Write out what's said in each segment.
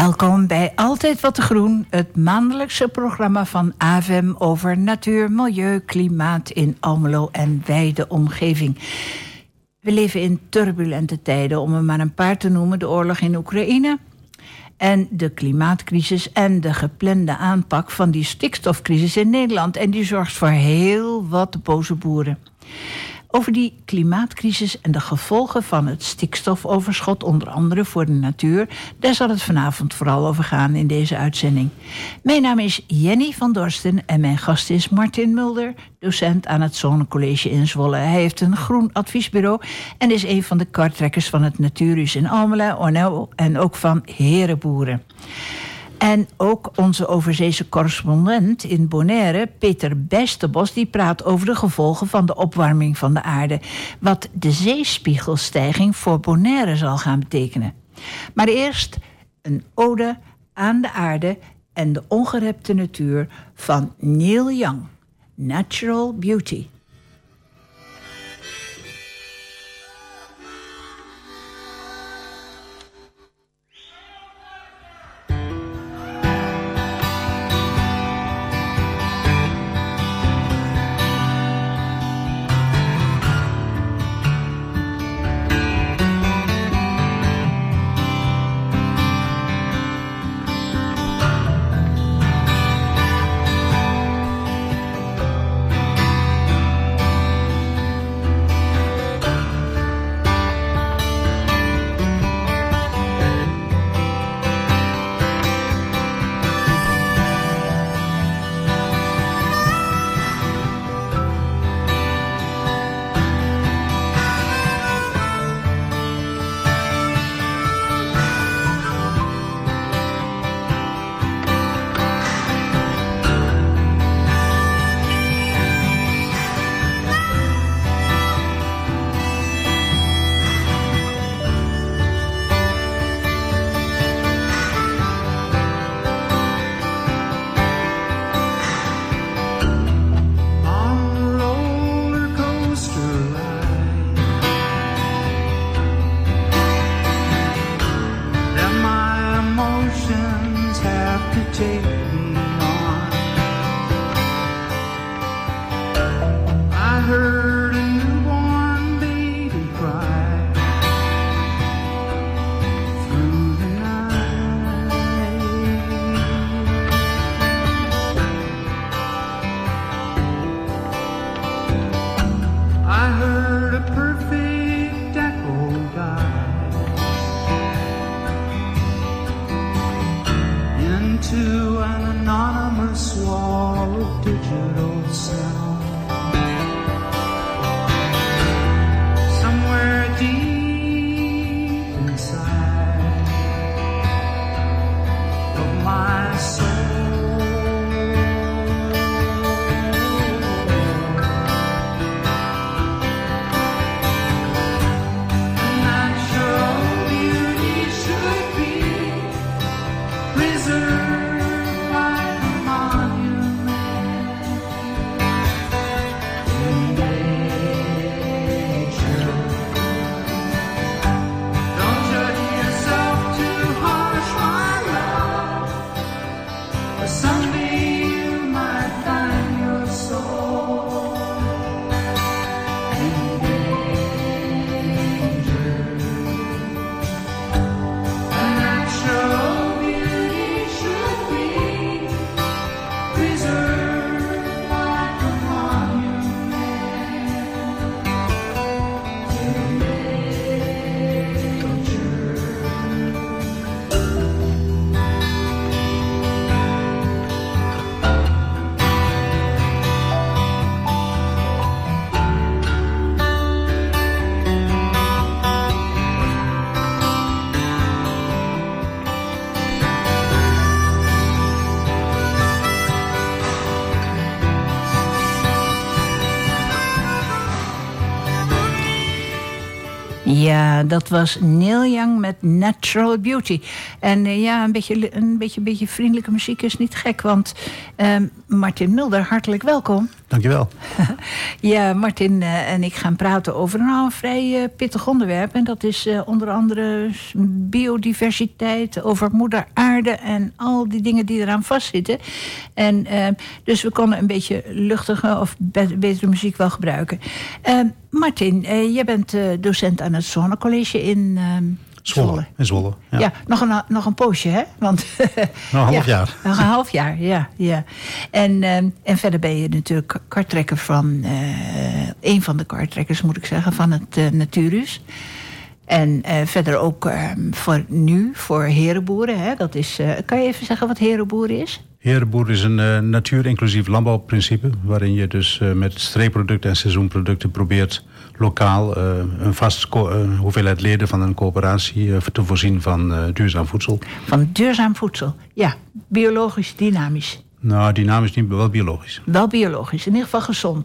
Welkom bij Altijd Wat te Groen, het maandelijkse programma van AVM over natuur, milieu, klimaat in Almelo en wijde omgeving. We leven in turbulente tijden, om er maar een paar te noemen: de oorlog in Oekraïne en de klimaatcrisis en de geplande aanpak van die stikstofcrisis in Nederland. En die zorgt voor heel wat boze boeren. Over die klimaatcrisis en de gevolgen van het stikstofoverschot, onder andere voor de natuur, daar zal het vanavond vooral over gaan in deze uitzending. Mijn naam is Jenny van Dorsten en mijn gast is Martin Mulder, docent aan het Zonnecollege in Zwolle. Hij heeft een groen adviesbureau en is een van de kartrekkers van het Natuurhuis in Almelo en ook van Herenboeren. En ook onze overzeese correspondent in Bonaire, Peter Bijsterbos, die praat over de gevolgen van de opwarming van de aarde. Wat de zeespiegelstijging voor Bonaire zal gaan betekenen. Maar eerst een ode aan de aarde en de ongerepte natuur van Neil Young. Natural Beauty. Ja, dat was Neil Young met Natural Beauty. En een beetje vriendelijke muziek is niet gek, want Martin Mulder, hartelijk welkom. Dankjewel. Ja, Martin en ik gaan praten over een vrij pittig onderwerp. En dat is onder andere biodiversiteit, over moeder aarde en al die dingen die eraan vastzitten. En dus we konden een beetje luchtige of betere muziek wel gebruiken. Martin, jij bent docent aan het Zonnecollege in Zwolle. In Zwolle, ja. Ja, nog een poosje, hè? Want, nog een half jaar. Nog een half jaar, ja. En verder ben je natuurlijk karttrekker van... een van de karttrekkers, moet ik zeggen, van het Natuurhuis. En verder ook voor herenboeren. Hè? Dat is, kan je even zeggen wat herenboeren is? Herenboer is een natuur-inclusief landbouwprincipe, waarin je dus met streekproducten en seizoenproducten probeert lokaal een vast hoeveelheid leden van een coöperatie te voorzien van duurzaam voedsel. Van duurzaam voedsel, ja. Biologisch, dynamisch. Nou, dynamisch niet, maar wel biologisch. Wel biologisch, in ieder geval gezond.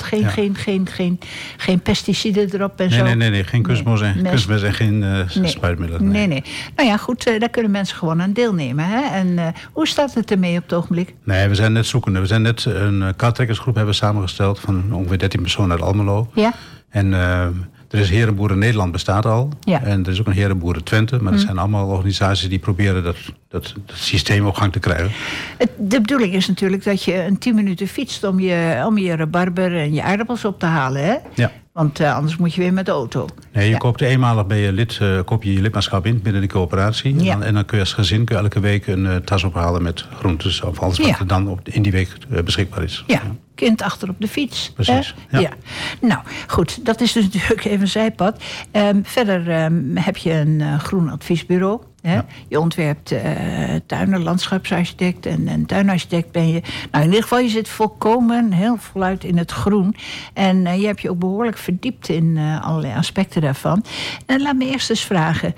Geen pesticiden erop en zo. Nee. Geen kunstmest en geen spuitmiddelen. Nee. Nou ja, goed, daar kunnen mensen gewoon aan deelnemen. Hè? En hoe staat het ermee op het ogenblik? Nee, we zijn net zoekende. We zijn net een karttrekkersgroep hebben samengesteld van ongeveer 13 personen uit Almelo. Ja. En er is Herenboeren Nederland bestaat al. Ja. En er is ook een Herenboeren Twente. Maar er zijn allemaal organisaties die proberen dat systeem op gang te krijgen. De bedoeling is natuurlijk dat je een 10 minuten fietst om je rabarber en je aardappels op te halen. Hè? Ja. Want anders moet je weer met de auto. Nee, je koopt eenmalig bij je lid, koop je lidmaatschap in binnen de coöperatie. Ja. En dan kun je als gezin elke week een tas ophalen met groentes of alles wat er dan in die week beschikbaar is. Ja. Kind achter op de fiets. Precies. Ja. Nou, goed, dat is dus natuurlijk even een zijpad. Verder heb je een groen adviesbureau. Hè? Ja. Je ontwerpt tuinen, landschapsarchitect en tuinarchitect ben je. Nou, in ieder geval, je zit volkomen heel voluit in het groen. En je hebt je ook behoorlijk verdiept in allerlei aspecten daarvan. En laat me eerst eens vragen.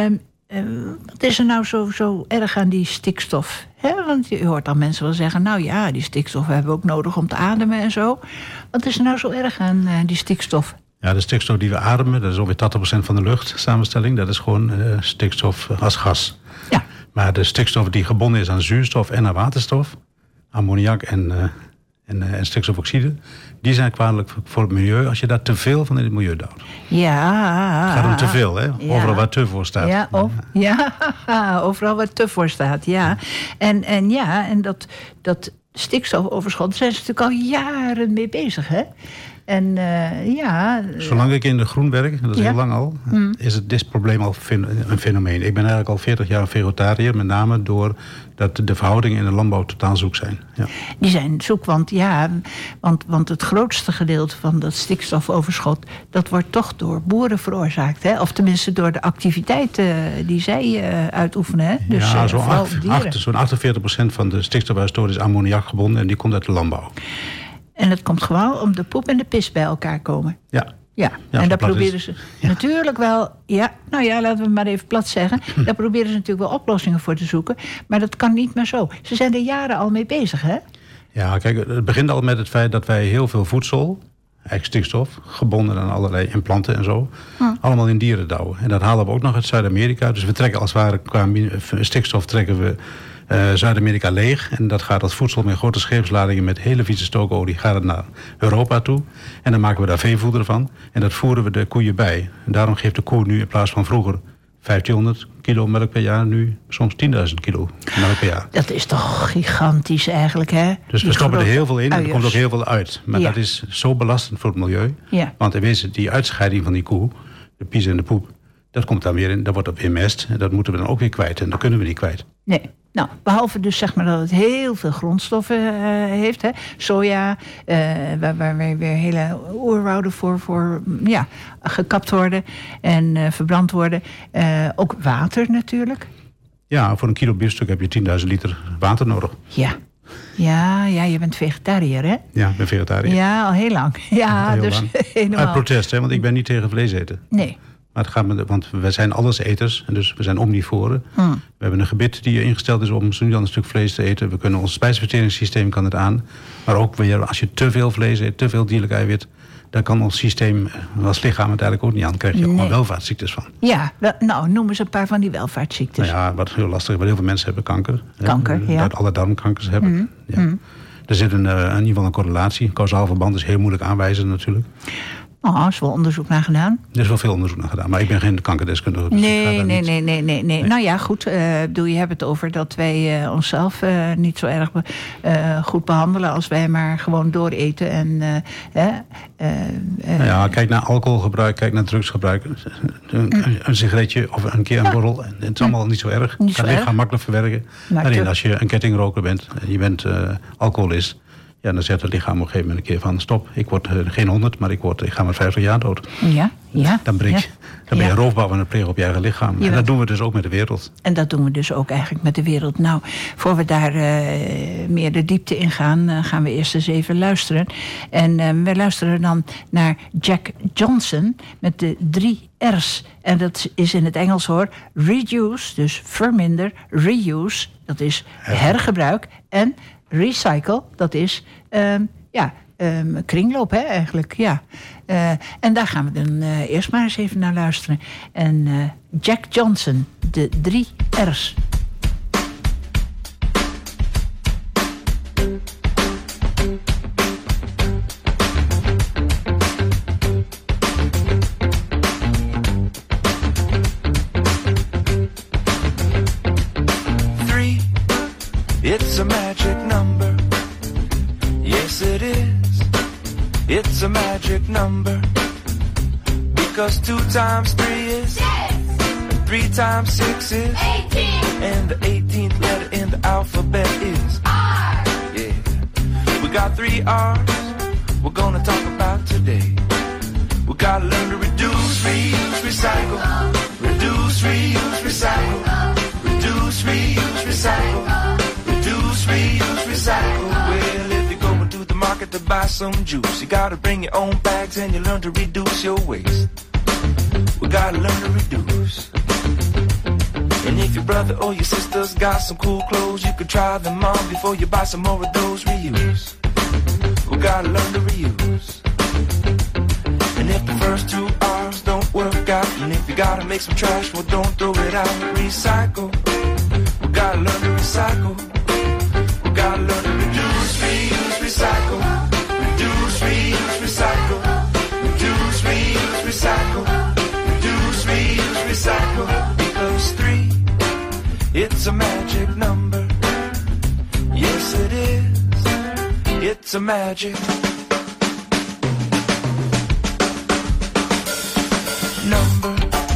Wat is er nou zo erg aan die stikstof? Hè? Want je hoort dan mensen wel zeggen... nou ja, die stikstof hebben we ook nodig om te ademen en zo. Wat is er nou zo erg aan die stikstof? Ja, de stikstof die we ademen, dat is ongeveer 80% van de luchtsamenstelling. Dat is gewoon stikstof als gas. Ja. Maar de stikstof die gebonden is aan zuurstof en aan waterstof... ammoniak en stikstofoxide... die zijn kwalijk voor het milieu als je daar te veel van in het milieu duwt. Ja. Het gaat om te veel, hè? Ja. Overal waar te voor staat. Overal waar te voor staat, ja. En dat stikstofoverschot, daar zijn ze natuurlijk al jaren mee bezig, hè? En zolang ik in de groen werk, dat is heel lang al, is dit probleem al een fenomeen. Ik ben eigenlijk al 40 jaar vegetariër, met name doordat de verhoudingen in de landbouw totaal zoek zijn. Ja. Die zijn zoek, want het grootste gedeelte van dat stikstofoverschot, dat wordt toch door boeren veroorzaakt, hè? Of tenminste door de activiteiten die zij uitoefenen. Hè? Dus, ja, zo'n 48% van de stikstofuitstoot is ammoniak gebonden en die komt uit de landbouw. En het komt gewoon om de poep en de pis bij elkaar komen. Ja, en daar proberen ze natuurlijk wel... Ja, nou ja, laten we maar even plat zeggen. Daar proberen ze natuurlijk wel oplossingen voor te zoeken. Maar dat kan niet meer zo. Ze zijn er jaren al mee bezig, hè? Ja, kijk, het begint al met het feit dat wij heel veel voedsel... eigenlijk stikstof, gebonden aan allerlei implanten en zo... allemaal in dieren douwen. En dat halen we ook nog uit Zuid-Amerika. Dus we trekken als het ware qua stikstof trekken we... Zuid-Amerika leeg. En dat gaat als voedsel met grote scheepsladingen met hele vieze stookolie gaat het naar Europa toe. En dan maken we daar veevoeder van. En dat voeren we de koeien bij. En daarom geeft de koe nu in plaats van vroeger 1500 kilo melk per jaar, nu soms 10.000 kilo melk per jaar. Dat is toch gigantisch eigenlijk, hè? Dus we stoppen er heel veel in en er komt ook heel veel uit. Maar dat is zo belastend voor het milieu. Ja. Want in wezen, die uitscheiding van die koe, de pies en de poep, dat komt dan weer in, dat wordt op weer mest. En dat moeten we dan ook weer kwijt. En dat kunnen we niet kwijt. Nee. Nou, behalve dus zeg maar dat het heel veel grondstoffen heeft. Hè? Soja, waar weer hele oerwouden voor gekapt worden en verbrand worden. Ook water natuurlijk. Ja, voor een kilo biefstuk heb je 10.000 liter water nodig. Ja, je bent vegetariër, hè? Ja, ik ben vegetariër. Ja, al heel lang. Ja, heel dus lang. helemaal. Uit protest, hè, want ik ben niet tegen vlees eten. Nee. Maar het gaat want we zijn alleseters, en dus we zijn omnivoren. We hebben een gebit die ingesteld is om zo nu dan een stuk vlees te eten. We kunnen ons spijsverteringssysteem kan het aan. Maar ook weer, als je te veel vlees eet, te veel dierlijk eiwit, dan kan ons systeem als lichaam het eigenlijk ook niet aan. Dan krijg je gewoon welvaartsziektes van. Ja, nou noem eens een paar van die welvaartsziektes. Nou ja, wat heel lastig is, want heel veel mensen hebben kanker. Kanker, Dat alle darmkankers hebben. Er zit in ieder geval een correlatie. Een causaal verband is heel moeilijk aanwijzen natuurlijk. Er is wel onderzoek naar gedaan. Er is wel veel onderzoek naar gedaan, maar ik ben geen kankerdeskundige. Dus Nee. Nou ja, goed. Je hebt het over dat wij onszelf niet zo erg goed behandelen als wij maar gewoon dooreten. Kijk naar alcoholgebruik, kijk naar drugsgebruik. Een sigaretje of een keer een borrel. Het is allemaal niet zo erg. Het kan lichaam makkelijk verwerken. Alleen als je een kettingroker bent en je bent alcoholist. Ja, dan zet het lichaam op een gegeven moment een keer van stop. Ik word geen 100, maar ik ga met 50 jaar dood. Ja. Dan ben je roofbouw aan het plegen op je eigen lichaam. En dat doen we dus ook met de wereld. En dat doen we dus ook eigenlijk met de wereld. Nou, voor we daar meer de diepte in gaan, gaan we eerst eens even luisteren. En we luisteren dan naar Jack Johnson met de 3 R's. En dat is in het Engels hoor. Reduce, dus verminder. Reuse, dat is hergebruik. En recycle, dat is kringloop, hè, eigenlijk. Ja. En daar gaan we dan eerst maar eens even naar luisteren. En Jack Johnson, de 3 R's. It's a magic number. Yes, it is. It's a magic number. Because 2 times 3 is 6. 3 times 6 is 18. And the 18th letter in the alphabet is R. Yeah. We got 3 R's we're gonna talk about today. We gotta learn to reduce, reuse, recycle. Reduce, reuse, recycle. Reduce, reuse, recycle. Reduce, reuse, recycle. Well, if you're going to the market to buy some juice, you gotta bring your own bags and you learn to reduce your waste. We gotta learn to reduce. And if your brother or your sister's got some cool clothes, you could try them on before you buy some more of those. Reuse. We gotta learn to reuse. And if the first 2 R's don't work out, and if you gotta make some trash, well, don't throw it out. Recycle. We gotta learn to recycle. We gotta learn to reduce, reuse, recycle. Reduce, reuse, recycle. Reduce, reuse, recycle. Reduce, reuse, recycle. Because 3, it's a magic number. Yes, it is. It's a magic number.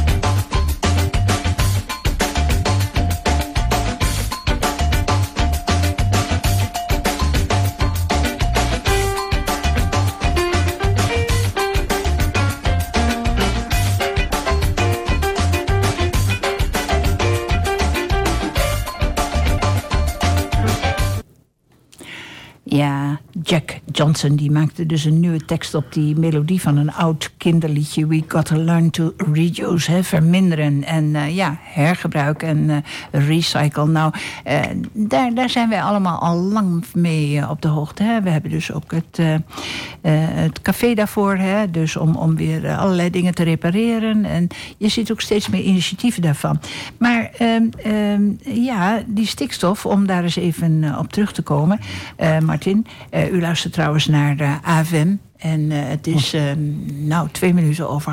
Ja, Jack Johnson die maakte dus een nieuwe tekst op die melodie van een oud kinderliedje. We gotta learn to reduce, verminderen en hergebruik en recycle. Nou, daar zijn wij allemaal al lang mee op de hoogte. Hè. We hebben dus ook het café daarvoor, hè, dus om weer allerlei dingen te repareren. En je ziet ook steeds meer initiatieven daarvan. Maar die stikstof, om daar eens even op terug te komen. Martin, u luistert trouwens naar de AFM. En het is 2 minuten over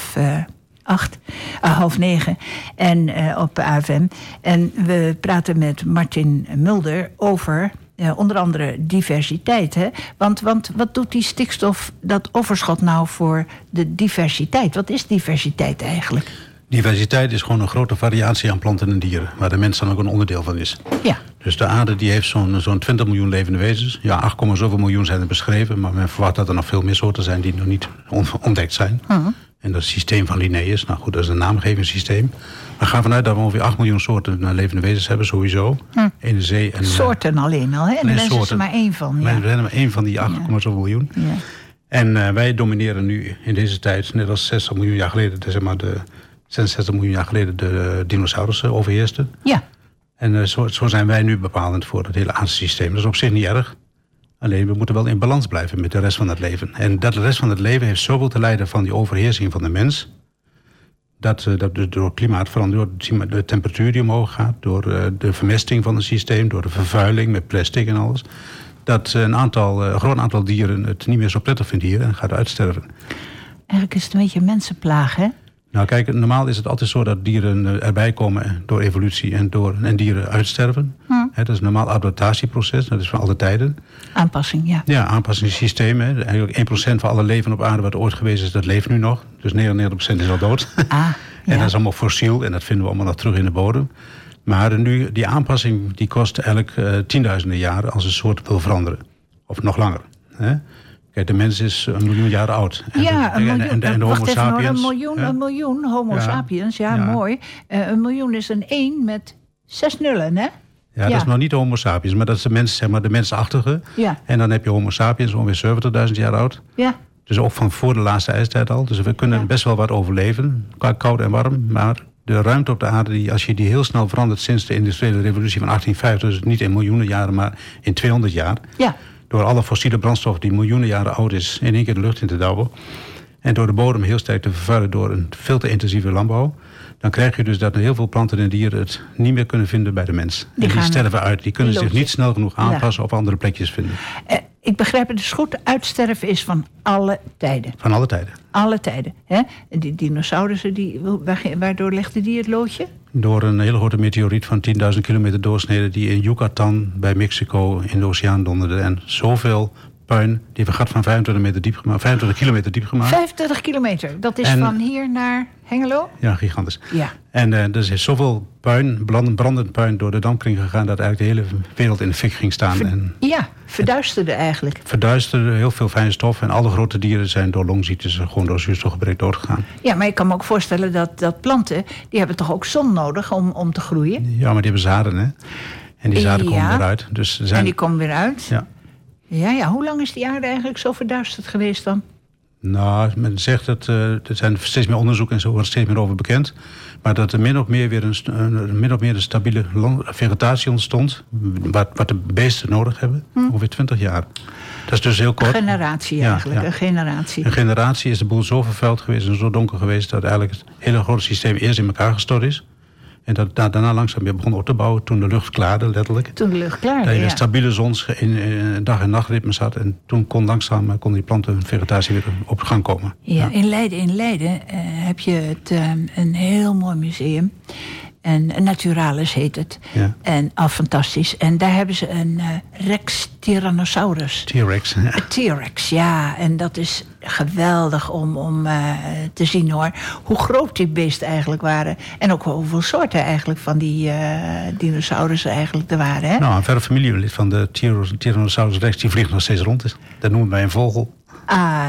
8:30. En op AFM. En we praten met Martin Mulder over onder andere diversiteit. Hè? Want wat doet die stikstof, dat overschot nou voor de diversiteit? Wat is diversiteit eigenlijk? Diversiteit is gewoon een grote variatie aan planten en dieren, waar de mens dan ook een onderdeel van is. Ja. Dus de aarde die heeft zo'n 20 miljoen levende wezens. Ja, 8, zoveel miljoen zijn er beschreven, maar men verwacht dat er nog veel meer soorten zijn die nog niet ontdekt zijn. Uh-huh. En dat systeem van Linnaeus, nou goed, dat is een naamgevingssysteem. We gaan vanuit dat we ongeveer 8 miljoen soorten levende wezens hebben, sowieso. In de zee. En, soorten alleen al, hè? En de mens is er maar 1 van. Ja. We zijn er maar 1 van die 8, zoveel miljoen. Ja. En wij domineren nu in deze tijd, net als 60 miljoen jaar geleden, zeg maar de 66 miljoen jaar geleden de dinosaurussen overheersten. Ja. En zo zijn wij nu bepalend voor het hele aardsysteem. Dat is op zich niet erg. Alleen we moeten wel in balans blijven met de rest van het leven. En de rest van het leven heeft zoveel te lijden van die overheersing van de mens. Dat door klimaatverandering, door de temperatuur die omhoog gaat, door de vermesting van het systeem, door de vervuiling met plastic en alles. dat een groot aantal dieren het niet meer zo prettig vindt hier en gaat uitsterven. Eigenlijk is het een beetje een mensenplaag, hè? Nou kijk, normaal is het altijd zo dat dieren erbij komen door evolutie en dieren uitsterven. Dat is een normaal adaptatieproces, dat is van alle tijden. Aanpassing, ja. Ja, aanpassingssystemen. Eigenlijk 1% van alle leven op aarde wat ooit geweest is, dat leeft nu nog. Dus 99% is al dood. En dat is allemaal fossiel en dat vinden we allemaal nog terug in de bodem. Maar nu, die aanpassing die kost eigenlijk tienduizenden jaren als een soort wil veranderen. Of nog langer. Hè? Kijk, de mens is 1 miljoen jaar oud. En de Homo sapiens... Een miljoen Homo sapiens, mooi. 1 miljoen is een 1 met 6 nullen, hè? Ja, dat is nog niet de Homo sapiens, maar dat is de mens, zeg maar, de mensachtige. Ja. En dan heb je Homo sapiens, ongeveer 70.000 jaar oud. Ja. Dus ook van voor de laatste ijstijd al. Dus we kunnen best wel wat overleven, qua koud en warm. Maar de ruimte op de aarde, als je die heel snel verandert sinds de industriële revolutie van 1850... dus niet in miljoenen jaren, maar in 200 jaar... Ja. Door alle fossiele brandstof die miljoenen jaren oud is in één keer de lucht in te douwen. En door de bodem heel sterk te vervuilen door een veel te intensieve landbouw. Dan krijg je dus dat heel veel planten en dieren het niet meer kunnen vinden bij de mens. Die sterven uit. Die kunnen zich niet snel genoeg aanpassen of andere plekjes vinden. Ik begrijp het dus goed. Uitsterven is van alle tijden. Van alle tijden. Alle tijden. Hè? Die dinosaurussen, waardoor legden die het loodje? Door een hele grote meteoriet van 10.000 kilometer doorsnede... die in Yucatan bij Mexico in de oceaan donderde. En zoveel puin, die heeft een gat van 25 kilometer diep gemaakt. 25 kilometer, dat is van hier naar Hengelo? Ja, gigantisch. Ja. En er is zoveel puin, brandend puin door de dampkring gegaan... dat eigenlijk de hele wereld in de fik ging staan. Verduisterde eigenlijk. Verduisterde, heel veel fijne stof. En alle grote dieren zijn door longziektes gewoon door zuurstofgebrek doodgegaan. Ja, maar ik kan me ook voorstellen dat planten... die hebben toch ook zon nodig om te groeien? Ja, maar die hebben zaden, hè. En die zaden komen weer uit. Dus en die komen weer uit? Ja. Ja, hoe lang is die aarde eigenlijk zo verduisterd geweest dan? Nou, men zegt dat er zijn steeds meer onderzoeken en zo wordt steeds meer over bekend. Maar dat er min of meer een stabiele vegetatie ontstond. Wat de beesten nodig hebben. Ongeveer 20 jaar. Dat is dus heel kort. Een generatie eigenlijk, een generatie. Een generatie is de boel zo vervuild geweest en zo donker geweest... dat eigenlijk het hele grote systeem eerst in elkaar gestort is. En dat daarna langzaam weer begon op te bouwen toen de lucht klaarde, letterlijk. Toen de lucht klaarde, dat je een stabiele zon in dag- en nachtritme zat. En toen kon die planten en vegetatie weer op gang komen. Ja. In Leiden heb je een heel mooi museum. En Naturalis heet het. Ja. En fantastisch. En daar hebben ze een Rex Tyrannosaurus. T-Rex. Ja. T-Rex, ja. En dat is geweldig om te zien, hoor. Hoe groot die beesten eigenlijk waren. En ook hoeveel soorten eigenlijk van die dinosaurussen eigenlijk er waren. Hè? Nou, een verre familielid van de Tyrannosaurus Rex... die vliegt nog steeds rond. Dat noemen wij een vogel. Ah,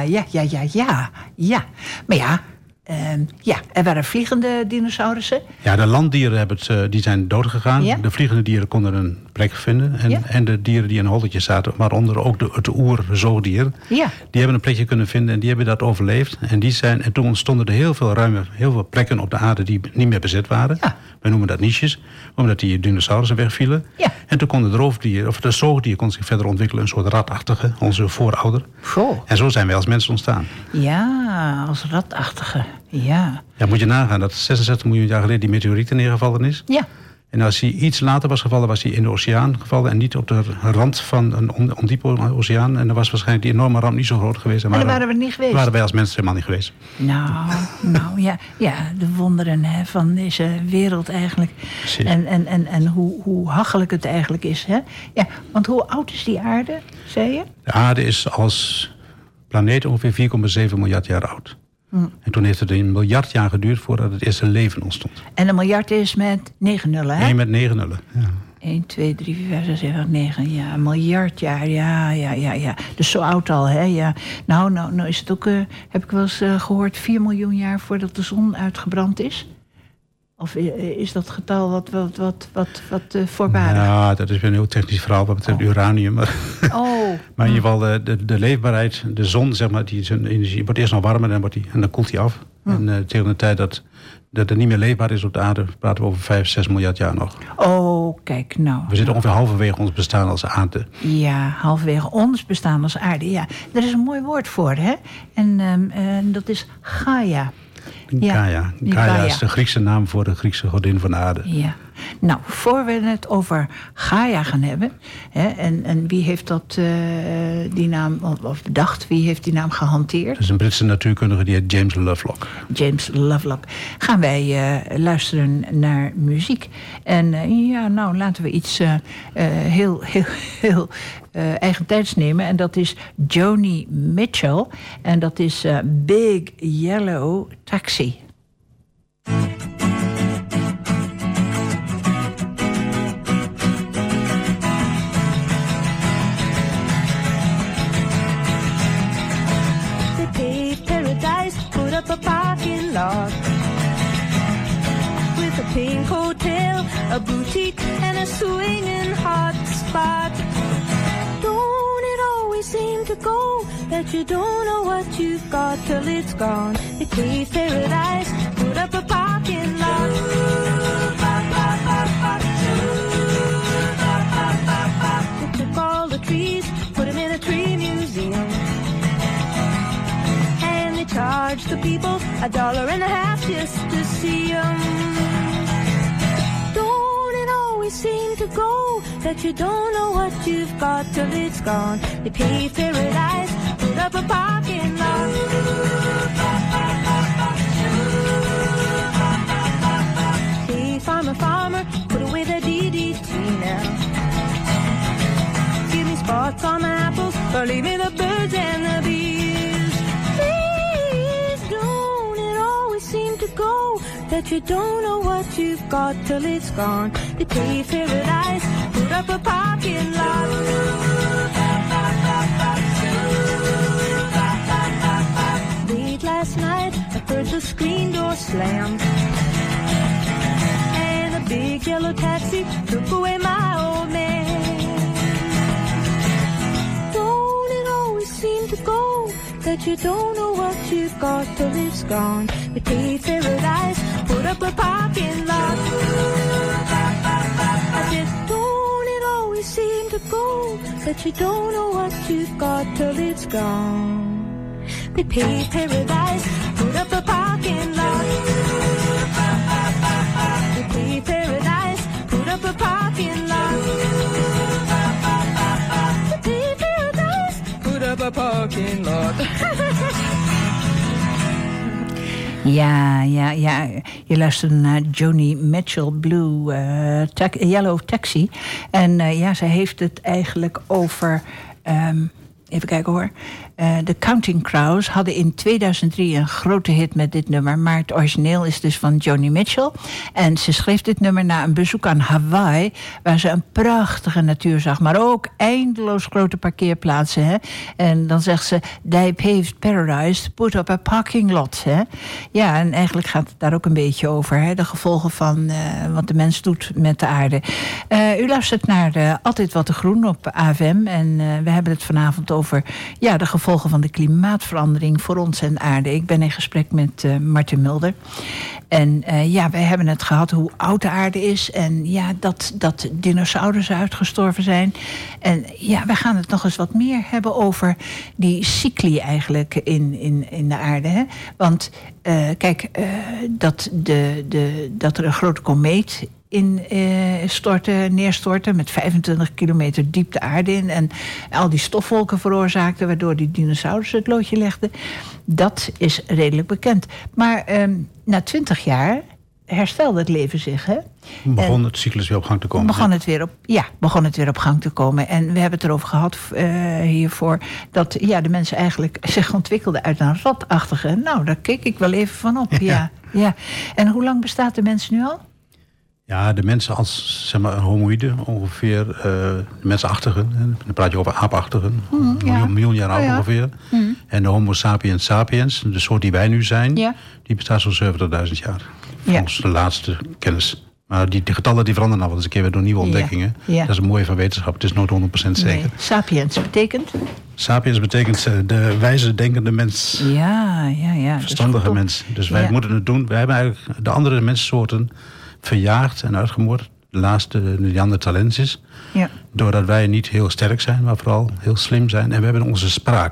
ja. Maar ja... er waren vliegende dinosaurussen. Ja, de landdieren die zijn doodgegaan. Ja? De vliegende dieren konden een plek vinden. En de dieren die in een holletje zaten, waaronder ook het oerzoogdier... die hebben een plekje kunnen vinden en die hebben dat overleefd. En toen ontstonden er heel veel plekken op de aarde die niet meer bezet waren. Ja. Wij noemen dat niches, omdat die dinosaurussen wegvielen. Ja. En toen kon de zoogdier kon zich verder ontwikkelen, een soort ratachtige, onze voorouder. Goh. En zo zijn wij als mensen ontstaan. Ja, als ratachtige. Ja. Ja, moet je nagaan dat 66 miljoen jaar geleden die meteoriet neergevallen is. Ja. En als hij iets later was gevallen, was hij in de oceaan gevallen... en niet op de rand van een ondiepe oceaan. En dan was waarschijnlijk die enorme ramp niet zo groot geweest. En dan waren we niet geweest. Waren wij als mensen helemaal niet geweest. Nou ja, de wonderen van deze wereld eigenlijk. Precies. En hoe hachelijk het eigenlijk is. Hè? Ja, want hoe oud is die aarde, zei je? De aarde is als planeet ongeveer 4,7 miljard jaar oud. En toen heeft het 1 miljard jaar geduurd voordat het eerste leven ontstond. En een miljard is met 9 nullen, hè? 1 met 9 nullen, ja. 1, 2, 3, 4, 5, 6, 7, 8, 9. Ja, een miljard jaar. Ja. Dus zo oud al, hè? Ja. Nou is het ook, heb ik wel eens gehoord, 4 miljoen jaar voordat de zon uitgebrand is. Of is dat getal wat voorbarig? Ja, dat is weer een heel technisch verhaal wat betreft uranium. Maar in ieder geval de leefbaarheid, de zon, zeg maar, die zijn energie wordt eerst nog warmer en dan koelt die af. En tegen de tijd dat het niet meer leefbaar is op de aarde, praten we over 5, 6 miljard jaar nog. Oh, kijk nou. We zitten ongeveer halverwege ons bestaan als aarde. Ja, halverwege ons bestaan als aarde, ja. Daar is een mooi woord voor, hè? En dat is Gaia. Gaia is de Griekse naam voor de Griekse godin van de aarde. Ja. Nou, voor we het over Gaia gaan hebben... Hè, en wie heeft die naam of bedacht? Wie heeft die naam gehanteerd? Dat is een Britse natuurkundige, die heet James Lovelock. James Lovelock. Gaan wij luisteren naar muziek. En laten we iets heel eigentijds nemen. En dat is Joni Mitchell. En dat is Big Yellow Taxi. Up a parking lot with a pink hotel, a boutique, and a swinging hot spot. Don't it always seem to go that you don't know what you've got till it's gone? They paved paradise, put up a parking lot. They took all the trees, put them in a tree museum. Charge the people $1.50 just to see them. Don't it always seem to go that you don't know what you've got till it's gone? They paved paradise, put up a parking lot. Hey, farmer, put away the DDT now. Give me spots on my apples, or leave me the birds and the bees. Go that you don't know what you've got till it's gone. They paved paradise, put up a parking lot. Late last night, I heard the screen door slam, and a big yellow taxi took away my old man. Don't it always seem to go that you don't know what you've got till it's gone? We paved paradise, put up a parking lot. I said, don't it always seem to go that you don't know what you've got till it's gone? We paved paradise, put up a parking lot. We paved paradise, put up a parking lot. We paved paradise, put up a parking lot. Ja. Je luisterde naar Joni Mitchell, Yellow Taxi. En zij heeft het eigenlijk over... even kijken hoor. De Counting Crows hadden in 2003 een grote hit met dit nummer. Maar het origineel is dus van Joni Mitchell. En ze schreef dit nummer na een bezoek aan Hawaii, waar ze een prachtige natuur zag. Maar ook eindeloos grote parkeerplaatsen. Hè? En dan zegt ze, they paved paradise, put up a parking lot. Hè? Ja, en eigenlijk gaat het daar ook een beetje over. Hè? De gevolgen van wat de mens doet met de aarde. U luistert naar Altijd Wat te Groen op AFM. En we hebben het vanavond over de gevolgen van de klimaatverandering voor ons en aarde. Ik ben in gesprek met Martin Mulder. En wij hebben het gehad hoe oud de aarde is. En dat dinosaurussen uitgestorven zijn. En wij gaan het nog eens wat meer hebben over die cycli eigenlijk in de aarde. Hè? Want dat er een grote komeet neerstortte met 25 kilometer diep de aarde in en al die stofwolken veroorzaakten waardoor die dinosaurussen het loodje legden. Dat is redelijk bekend. Maar na 20 jaar herstelde het leven zich. Hè? Begon het cyclus weer op gang te komen? Begon het weer op gang te komen. En we hebben het erover gehad hiervoor dat de mensen eigenlijk zich ontwikkelden uit een ratachtige. Nou, daar keek ik wel even van op. Ja. En hoe lang bestaat de mens nu al? Ja, de mensen als zeg maar homoïde, ongeveer de mensenachtigen. Dan praat je over aapachtigen. Een miljoen jaar oud ongeveer. Mm. En de homo sapiens sapiens, de soort die wij nu zijn, die bestaat zo'n 70.000 jaar. Volgens de laatste kennis. Maar die getallen die veranderen nou wel eens een keer weer door nieuwe ontdekkingen. Ja. Dat is het mooie van wetenschap. Het is nooit 100% zeker. Nee. Sapiens betekent? Sapiens betekent de wijze denkende mens. Ja. Verstandige mens. Dus wij moeten het doen. Wij hebben eigenlijk de andere menssoorten verjaagd en uitgemoord. De laatste Neanderthalensis. Ja. Doordat wij niet heel sterk zijn, maar vooral heel slim zijn. En we hebben onze spraak.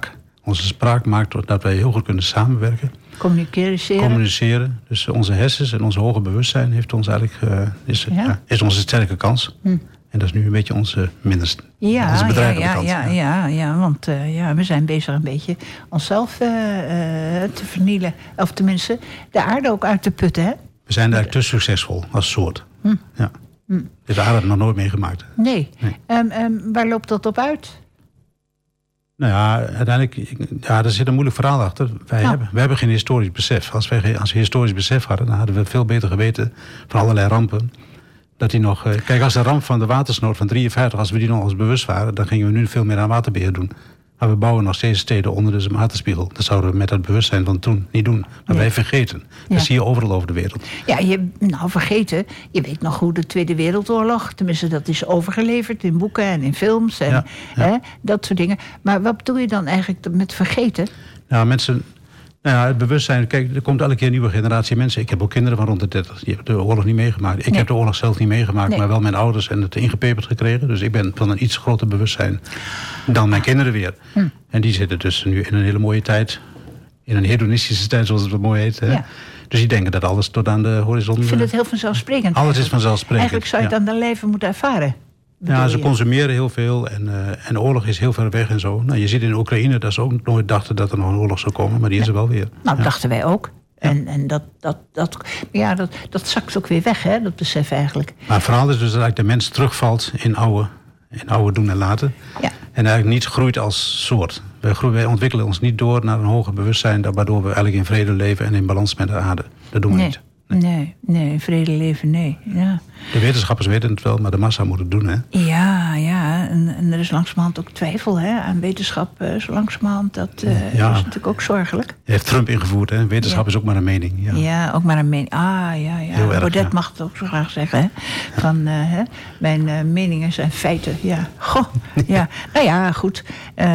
Onze spraak maakt dat wij heel goed kunnen samenwerken. Communiceren. Dus onze hersens en onze hoger bewustzijn heeft ons eigenlijk, is onze sterke kans. En dat is nu een beetje onze minderste. Onze bedrijvelijke kans. Want we zijn bezig een beetje onszelf te vernielen. Of tenminste, de aarde ook uit te putten, hè? We zijn eigenlijk te succesvol als soort. Ja. De aarde had nog nooit meegemaakt. Nee. Waar loopt dat op uit? Nou ja, uiteindelijk, er zit een moeilijk verhaal achter. Wij hebben geen historisch besef. Als we historisch besef hadden, dan hadden we veel beter geweten van allerlei rampen. Dat die nog, kijk, als de ramp van de watersnood van 53, als we die nog eens bewust waren, dan gingen we nu veel meer aan waterbeheer doen. Maar we bouwen nog steeds steden onder de waterspiegel. Dat zouden we met het bewustzijn van toen niet doen. Maar wij vergeten. Dat zie je overal over de wereld. Ja, vergeten. Je weet nog hoe de Tweede Wereldoorlog, tenminste dat is overgeleverd in boeken en in films en dat soort dingen. Maar wat bedoel je dan eigenlijk met vergeten? Nou, mensen. Het bewustzijn, kijk, er komt elke keer een nieuwe generatie mensen. Ik heb ook kinderen van rond de 30. Die hebben de oorlog niet meegemaakt. Ik heb de oorlog zelf niet meegemaakt, maar wel mijn ouders en het ingepeperd gekregen. Dus ik ben van een iets groter bewustzijn dan mijn kinderen weer. En die zitten dus nu in een hele mooie tijd. In een hedonistische tijd, zoals het wel mooi heet. Hè? Dus die denken dat alles tot aan de horizon. Ik vind het heel vanzelfsprekend. Alles is vanzelfsprekend. Eigenlijk zou je het aan de lijve moeten ervaren. Ja, ze consumeren heel veel en oorlog is heel ver weg en zo. Nou, je ziet in Oekraïne dat ze ook nooit dachten dat er nog een oorlog zou komen, maar die is er wel weer. Nou, dachten wij ook. En dat zakt ook weer weg, hè, dat besef eigenlijk. Maar het verhaal is dus dat de mens terugvalt in oude doen en laten. Ja. En eigenlijk niet groeit als soort. Wij ontwikkelen ons niet door naar een hoger bewustzijn, waardoor we eigenlijk in vrede leven en in balans met de aarde. Dat doen we niet. Nee, in vrede leven, nee. Ja. De wetenschappers weten het wel, maar de massa moet het doen, hè? Ja. En er is langzamerhand ook twijfel aan wetenschap. Zo langzamerhand, dat is natuurlijk ook zorgelijk. Heeft Trump ingevoerd, hè? Wetenschap is ook maar een mening. Ja, ook maar een mening. Baudet mag het ook zo graag zeggen, hè? Van, mijn meningen zijn feiten, ja. Goh, ja. Nou ja, goed.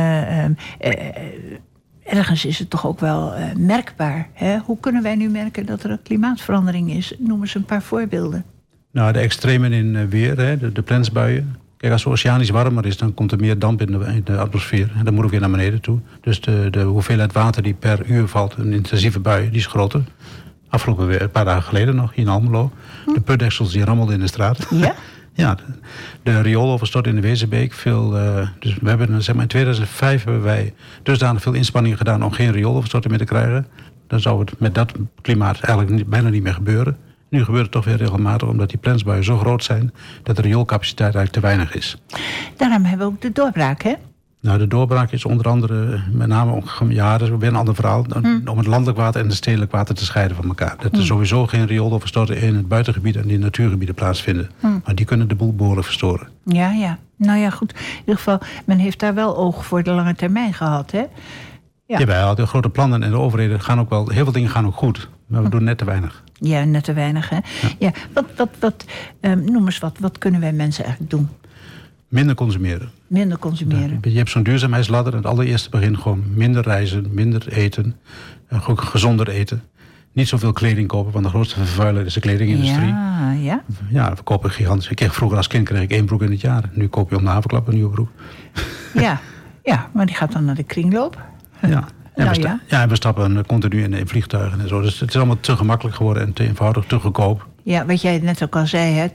Ergens is het toch ook wel merkbaar. Hè? Hoe kunnen wij nu merken dat er een klimaatverandering is? Noem eens een paar voorbeelden. Nou, de extremen in weer, hè, de plensbuien. Kijk, als het oceanisch warmer is, dan komt er meer damp in de atmosfeer. En dan moet ook weer naar beneden toe. Dus de hoeveelheid water die per uur valt, een intensieve bui, die is groter. Afgelopen weer, een paar dagen geleden nog, hier in Almelo. De putdeksels die rammelden in de straat. Ja? Ja, de riooloverstort in de Wezenbeek. Dus we hebben, zeg maar, in 2005 hebben wij dusdanig veel inspanningen gedaan om geen riooloverstorting meer te krijgen. Dan zou het met dat klimaat eigenlijk bijna niet meer gebeuren. Nu gebeurt het toch weer regelmatig, omdat die plensbuien zo groot zijn dat de rioolcapaciteit eigenlijk te weinig is. Daarom hebben we ook de doorbraak, hè? Nou, de doorbraak is onder andere, met name, dat is weer een ander verhaal, om het landelijk water en het stedelijk water te scheiden van elkaar. Dat er sowieso geen riooloverstorten in het buitengebied en in natuurgebieden plaatsvinden. Maar die kunnen de boel behoorlijk verstoren. Ja. Nou ja, goed. In ieder geval, men heeft daar wel oog voor de lange termijn gehad, hè? Ja. Jawel, de grote plannen en de overheden gaan ook wel, heel veel dingen gaan ook goed. Maar we doen net te weinig. Ja, net te weinig, hè? Ja. Noem eens wat kunnen wij mensen eigenlijk doen? Minder consumeren. Je hebt zo'n duurzaamheidsladder. En het allereerste begin gewoon minder reizen, minder eten. Gezonder eten. Niet zoveel kleding kopen, want de grootste vervuiler is de kledingindustrie. Ja, we kopen gigantisch. Vroeger als kind kreeg ik 1 broek in het jaar. Nu koop je om de haverklap een nieuwe broek. Ja, maar die gaat dan naar de kringloop. En we stappen continu in vliegtuigen en zo. Dus het is allemaal te gemakkelijk geworden en te eenvoudig, te goedkoop. Ja, wat jij net ook al zei, hè?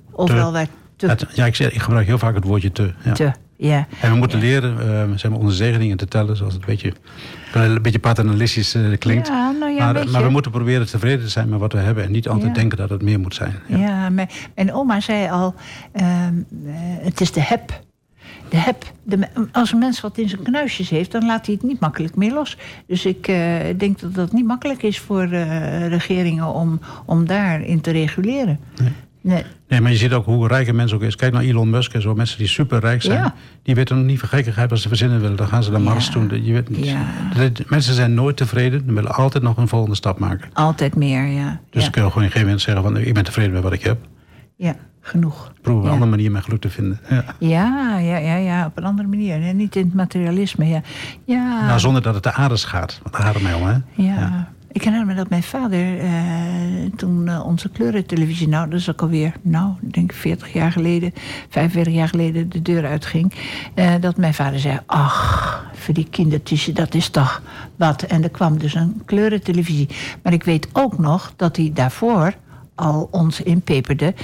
Ik gebruik heel vaak het woordje te. Ja. En we moeten leren onze zegeningen te tellen, zoals het een beetje paternalistisch klinkt. Maar we moeten proberen tevreden te zijn met wat we hebben en niet altijd denken dat het meer moet zijn. Ja, mijn oma zei al, het is de heb. Als een mens wat in zijn knuisjes heeft, dan laat hij het niet makkelijk meer los. Dus ik denk dat dat niet makkelijk is voor regeringen om daarin te reguleren. Nee, maar je ziet ook hoe rijk een mens ook is. Kijk naar Elon Musk en zo. Mensen die superrijk zijn. Die weten nog niet van gekkigheid als ze verzinnen willen. Dan gaan ze naar Mars doen. Mensen zijn nooit tevreden. Ze willen altijd nog een volgende stap maken. Altijd meer, ja. Dus dan kun je gewoon geen mens zeggen van ik ben tevreden met wat ik heb. Ja, genoeg. Probeer op een andere manier mijn geluk te vinden. Ja, op een andere manier. Niet in het materialisme, ja. Nou, zonder dat het de aarde schaadt. Want daar gaat het mij om, hè? Ja. Ik herinner me dat mijn vader, toen onze kleurentelevisie, dat is ook alweer, ik denk 45 jaar geleden de deur uitging, dat mijn vader zei, ach, voor die kindertjes, dat is toch wat. En er kwam dus een kleurentelevisie. Maar ik weet ook nog dat hij daarvoor al ons inpeperde,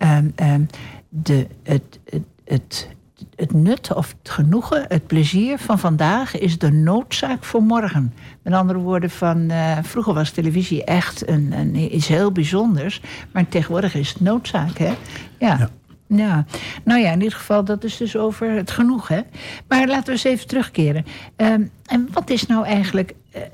het nut of het genoegen, het plezier van vandaag is de noodzaak voor morgen. Met andere woorden, vroeger was televisie echt iets heel bijzonders, maar tegenwoordig is het noodzaak, hè? Ja. Ja. Nou ja, in ieder geval, dat is dus over het genoeg, hè? Maar laten we eens even terugkeren. En wat is nou eigenlijk,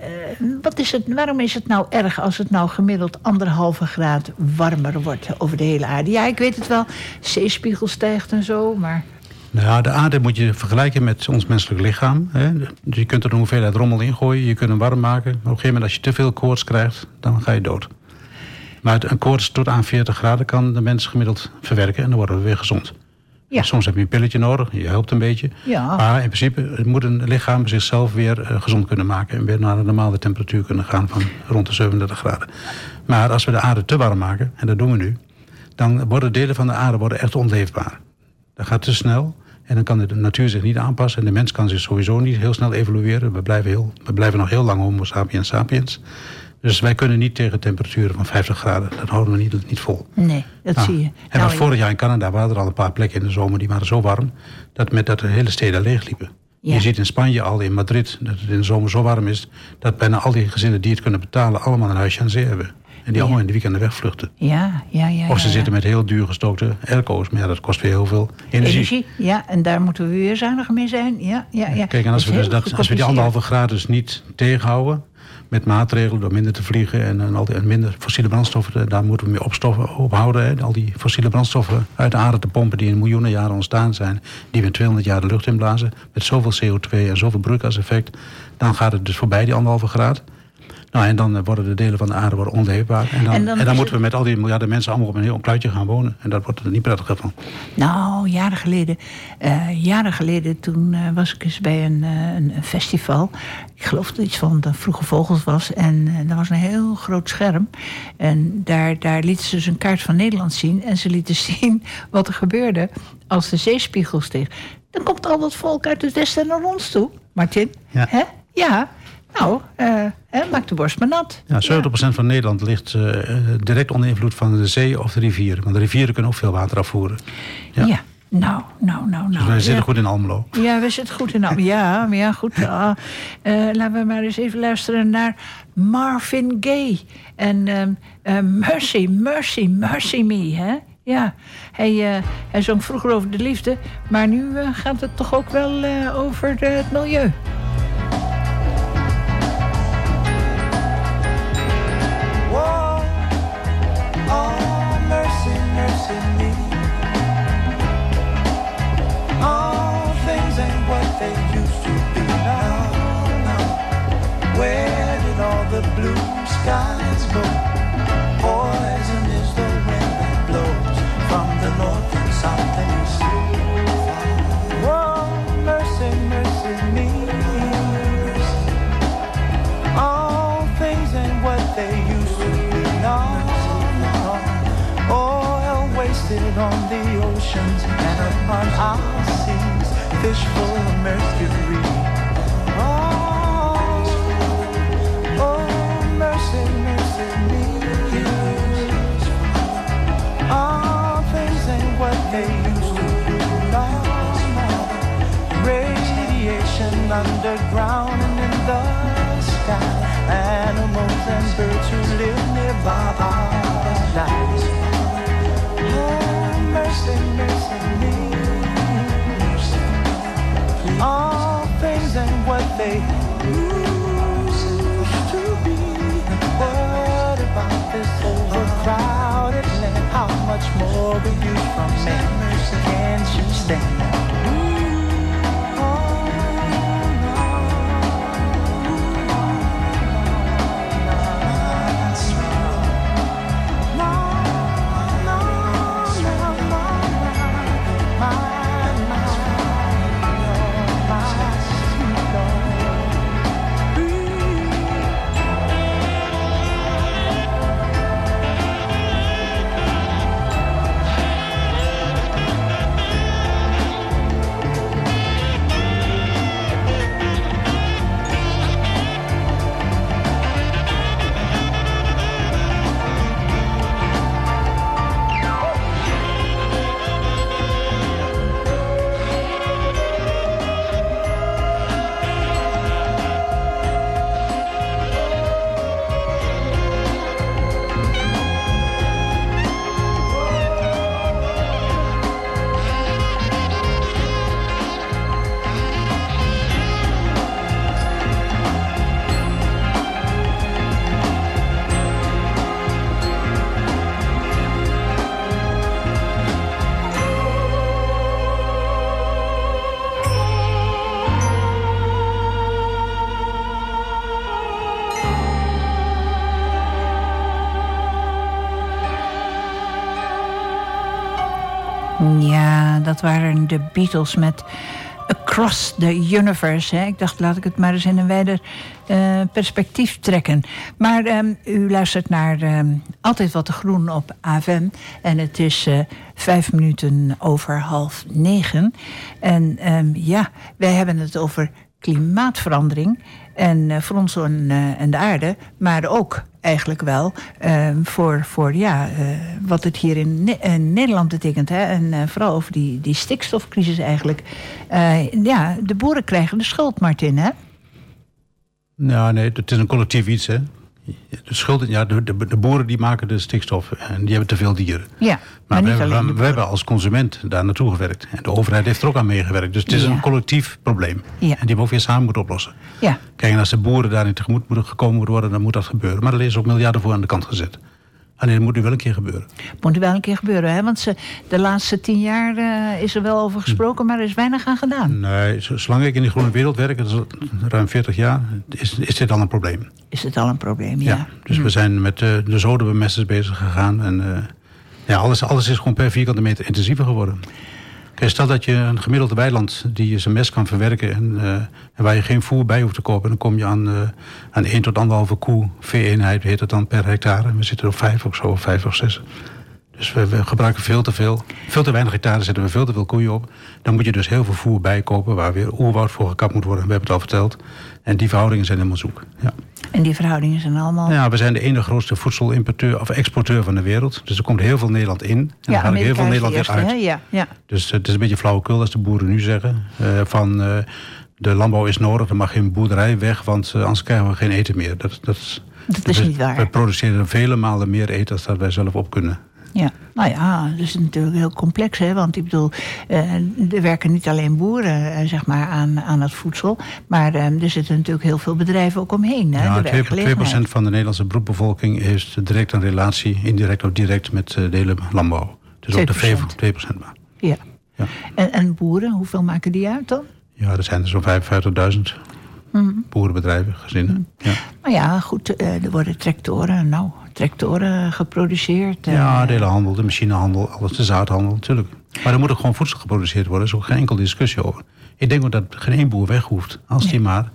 waarom is het nou erg als het nou gemiddeld 1,5 graad warmer wordt over de hele aarde? Ja, ik weet het wel, zeespiegel stijgt en zo, maar... Nou, de aarde moet je vergelijken met ons menselijk lichaam. Hè. Dus je kunt er een hoeveelheid rommel in gooien, je kunt hem warm maken. Maar op een gegeven moment als je te veel koorts krijgt, dan ga je dood. Maar een koorts tot aan 40 graden kan de mens gemiddeld verwerken en dan worden we weer gezond. Ja. Soms heb je een pilletje nodig, je helpt een beetje. Ja. Maar in principe moet een lichaam zichzelf weer gezond kunnen maken en weer naar een normale temperatuur kunnen gaan van rond de 37 graden. Maar als we de aarde te warm maken, en dat doen we nu, dan worden delen van de aarde echt onleefbaar. Dat gaat te snel. En dan kan de natuur zich niet aanpassen. En de mens kan zich sowieso niet heel snel evolueren. We blijven nog heel lang homo sapiens sapiens. Dus wij kunnen niet tegen temperaturen van 50 graden. Dat houden we niet vol. Nee, dat zie je. En vorig jaar in Canada waren er al een paar plekken in de zomer... die waren zo warm dat de hele steden leegliepen. Ja. Je ziet in Spanje al, in Madrid, dat het in de zomer zo warm is... dat bijna al die gezinnen die het kunnen betalen... allemaal een huisje aan zee hebben. En die allemaal in de weekenden wegvluchten. Ja. Of ze zitten met heel duur gestookte airco's. Maar ja, dat kost weer heel veel energie. Ja, en daar moeten we weer zuiniger mee zijn. Ja. Kijk, en als we die 1,5 graden dus niet tegenhouden... met maatregelen door minder te vliegen en minder fossiele brandstoffen... daar moeten we mee ophouden. Hè. Al die fossiele brandstoffen uit de aarde te pompen... die in miljoenen jaren ontstaan zijn... die we in 200 jaar de lucht inblazen... met zoveel CO2 en zoveel broeikaseffect... dan gaat het dus voorbij die 1,5 graad... Nou, en dan worden de delen van de aarde onleefbaar. En dan moeten we met al die miljarden mensen allemaal op een heel kluitje gaan wonen. En dat wordt er niet prettiger van. Nou, jaren geleden toen was ik eens bij een festival. Ik geloof dat het iets van de Vroege Vogels was. En daar was een heel groot scherm. En daar lieten ze dus een kaart van Nederland zien. En ze lieten zien wat er gebeurde als de zeespiegel steeg. Dan komt al dat volk uit het westen naar ons toe. Martin, ja. Hè? Ja. Nou, maak de borst maar nat. Ja, 70% van Nederland ligt direct onder invloed van de zee of de rivieren. Want de rivieren kunnen ook veel water afvoeren. Ja. Nou. Dus wij zitten goed in Almelo. Ja, we zitten goed in Almelo. Ja, maar ja, goed. Laten we maar eens even luisteren naar Marvin Gaye. En Mercy Me, hè? Ja, hij zong vroeger over de liefde. Maar nu gaat het toch ook wel over het milieu. The blue skies go. Poison is the wind that blows from the north and south and east. Oh, mercy me. All things ain't what they used to be. No. Oil wasted on the oceans and upon our seas. Fish full of mercury. Underground and in the sky, animals and birds who live nearby our lives. Oh, mercy me. All things Ja, dat waren de Beatles met Across the Universe. Hè. Ik dacht, laat ik het maar eens in een wijder perspectief trekken. Maar u luistert naar Altijd Wat te Groen op AFM. En het is 5 minuten over 8:30. En wij hebben het over klimaatverandering. En voor ons en de aarde. Maar ook eigenlijk wel voor wat het hier in Nederland betekent. Hè? En vooral over die stikstofcrisis eigenlijk. De boeren krijgen de schuld, Martin, hè? Nou, nee, het is een collectief iets, hè. De schuld, de boeren die maken de stikstof en die hebben te veel dieren. Ja, maar we hebben als consument daar naartoe gewerkt. En de overheid heeft er ook aan meegewerkt. Dus het is een collectief probleem. Ja. En die we ook weer samen moeten oplossen. Ja. Kijk, en als de boeren daarin tegemoet moeten gekomen worden, dan moet dat gebeuren. Maar er is ook miljarden voor aan de kant gezet. Alleen dat moet nu wel een keer gebeuren. Moet nu wel een keer gebeuren, hè? Want de laatste 10 jaar is er wel over gesproken, maar er is weinig aan gedaan. Nee, zolang ik in die groene wereld werk, dat is ruim 40 jaar, is dit al een probleem. Is dit al een probleem, ja. Dus we zijn met de zodenbemesters bezig gegaan. En alles is gewoon per vierkante meter intensiever geworden. Kijk, stel dat je een gemiddelde weiland die zijn mest kan verwerken en waar je geen voer bij hoeft te kopen, dan kom je aan 1 tot 1,5 koe vee-eenheid, heet het dan, per hectare. We zitten op 5 of zo, 5 of 6. Dus we gebruiken veel te weinig hectare, zetten we veel te veel koeien op. Dan moet je dus heel veel voer bijkopen, waar weer oerwoud voor gekapt moet worden. We hebben het al verteld. En die verhoudingen zijn helemaal zoek. Ja. En die verhoudingen zijn allemaal... Ja, we zijn de ene grootste voedselimporteur of exporteur van de wereld. Dus er komt heel veel Nederland in. En dan gaat er heel veel Nederland weer uit. Ja. Dus het is een beetje flauwekul als de boeren nu zeggen. De landbouw is nodig, er mag geen boerderij weg, want anders krijgen we geen eten meer. Dat is niet waar. We produceren vele malen meer eten dan dat wij zelf op kunnen. Ja, nou ja, dat is natuurlijk heel complex, hè. Want ik bedoel, er werken niet alleen boeren zeg maar aan het voedsel, maar er zitten natuurlijk heel veel bedrijven ook omheen. Hè, ja, 2% van de Nederlandse beroepsbevolking heeft direct een relatie, indirect of direct, met de hele landbouw. Dus ook de 2% maar. Ja. En boeren, hoeveel maken die uit dan? Ja, er zijn er zo'n 55.000 boerenbedrijven, gezinnen. Ja. Nou ja, goed, er worden tractoren geproduceerd. Ja, de hele handel, de machinehandel, alles, de zaadhandel, natuurlijk. Maar er moet ook gewoon voedsel geproduceerd worden. Er is ook geen enkele discussie over. Ik denk ook dat geen één boer weg hoeft. Als die maar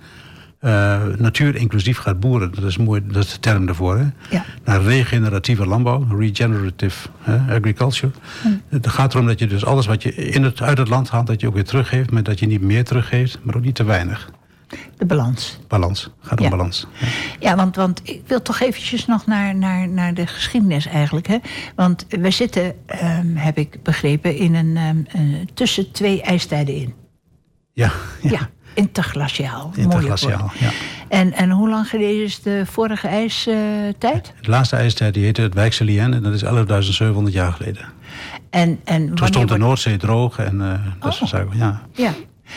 natuur inclusief gaat boeren. Dat is mooi, dat is de term daarvoor. Hè? Ja. Naar regeneratieve landbouw, regenerative agriculture. Het gaat erom dat je dus alles wat je uit het land haalt, dat je ook weer teruggeeft. Maar dat je niet meer teruggeeft, maar ook niet te weinig. De balans. Balans. Gaat om balans. Ja, want ik wil toch eventjes nog naar de geschiedenis eigenlijk. Hè? Want we zitten, heb ik begrepen, in een tussen 2 ijstijden in. Ja, interglaciaal. Interglaciaal, ja. En hoe lang geleden is de vorige ijstijd? De laatste ijstijd die heette het Weichselien en dat is 11.700 jaar geleden. En toen stond de Noordzee droog en dat soort zaken, ja.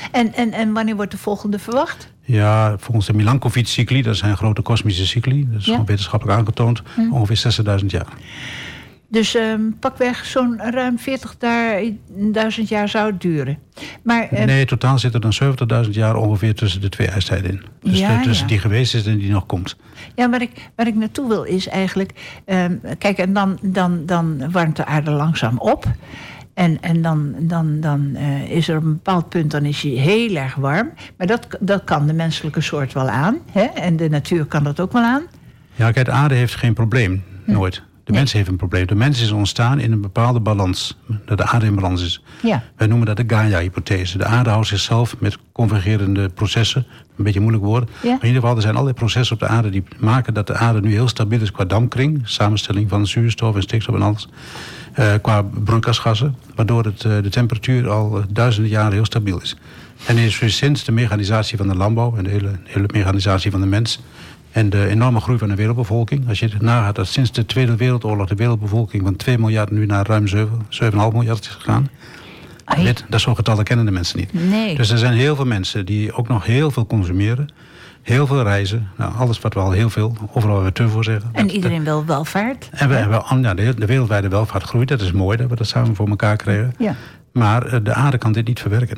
En wanneer wordt de volgende verwacht? Ja, volgens de Milankovitch-cycli, dat zijn grote kosmische cycli. Dat is gewoon wetenschappelijk aangetoond. Ongeveer 60.000 jaar. Dus pakweg zo'n ruim 40.000 jaar zou het duren. Maar, nee, totaal zit er dan 70.000 jaar ongeveer tussen de 2 ijstijden in. Dus tussen die geweest is en die nog komt. Ja, waar ik naartoe wil is eigenlijk... kijk, en dan warmt de aarde langzaam op... En dan is er een bepaald punt, dan is hij heel erg warm. Maar dat kan de menselijke soort wel aan. Hè? En de natuur kan dat ook wel aan. Ja, kijk, de aarde heeft geen probleem. Nooit. De mens heeft een probleem. De mens is ontstaan in een bepaalde balans. Dat de aarde in balans is. Ja. Wij noemen dat de Gaia-hypothese. De aarde houdt zichzelf met convergerende processen. Een beetje moeilijk woord. Ja. Maar in ieder geval, er zijn allerlei processen op de aarde die maken dat de aarde nu heel stabiel is qua dampkring. Samenstelling van zuurstof en stikstof en alles. Qua broeikasgassen. Waardoor de temperatuur al duizenden jaren heel stabiel is. En is dus sinds de mechanisatie van de landbouw en de hele mechanisatie van de mens... en de enorme groei van de wereldbevolking. Als je het nagaat dat sinds de Tweede Wereldoorlog de wereldbevolking van 2 miljard nu naar ruim 7,5 miljard is gegaan. Dat soort getallen kennen de mensen niet. Nee. Dus er zijn heel veel mensen die ook nog heel veel consumeren. Heel veel reizen. Nou, alles wat we al heel veel, overal waar we te voor zeggen. En iedereen wil welvaart. En de wereldwijde welvaart groeit. Dat is mooi dat we dat samen voor elkaar krijgen. Ja. Maar de aarde kan dit niet verwerken.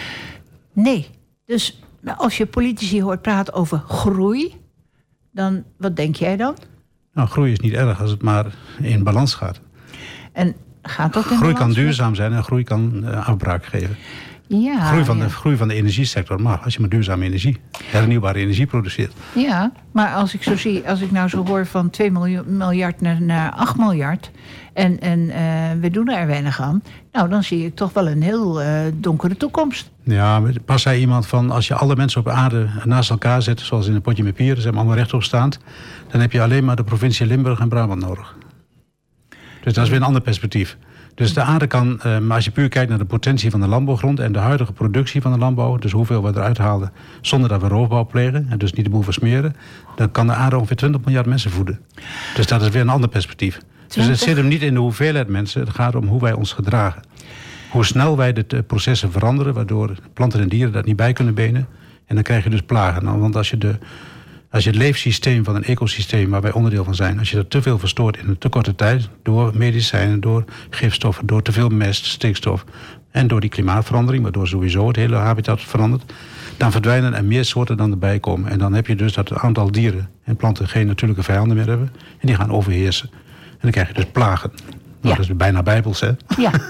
Nee. Dus als je politici hoort praten over groei... dan wat denk jij dan? Nou, groei is niet erg als het maar in balans gaat. En Gaat dat in Groei kan balans? duurzaam zijn en groei kan afbraak geven. Ja, Groei van de energiesector mag, als je maar duurzame energie, hernieuwbare energie produceert. Ja, maar als ik nou zo hoor van 2 miljard naar 8 miljard... en we doen er weinig aan... nou, dan zie ik toch wel een heel donkere toekomst. Ja, pas zei iemand van, als je alle mensen op aarde naast elkaar zet, zoals in een potje met pieren, ze hebben allemaal rechtopstaand, dan heb je alleen maar de provincie Limburg en Brabant nodig. Dus dat is weer een ander perspectief. Dus de aarde kan, maar als je puur kijkt naar de potentie van de landbouwgrond en de huidige productie van de landbouw, dus hoeveel we eruit halen zonder dat we roofbouw plegen en dus niet de boel versmeren, dan kan de aarde ongeveer 20 miljard mensen voeden. Dus dat is weer een ander perspectief. Dus het zit hem niet in de hoeveelheid mensen, het gaat om hoe wij ons gedragen. Hoe snel wij de processen veranderen, waardoor planten en dieren dat niet bij kunnen benen. En dan krijg je dus plagen. Nou, want als je het leefsysteem van een ecosysteem waar wij onderdeel van zijn, als je dat te veel verstoort in een te korte tijd, door medicijnen, door gifstoffen, door te veel mest, stikstof en door die klimaatverandering, waardoor sowieso het hele habitat verandert, dan verdwijnen er meer soorten dan erbij komen. En dan heb je dus dat het aantal dieren en planten geen natuurlijke vijanden meer hebben en die gaan overheersen. En dan krijg je dus plagen. Nou, dat is bijna bijbels, hè?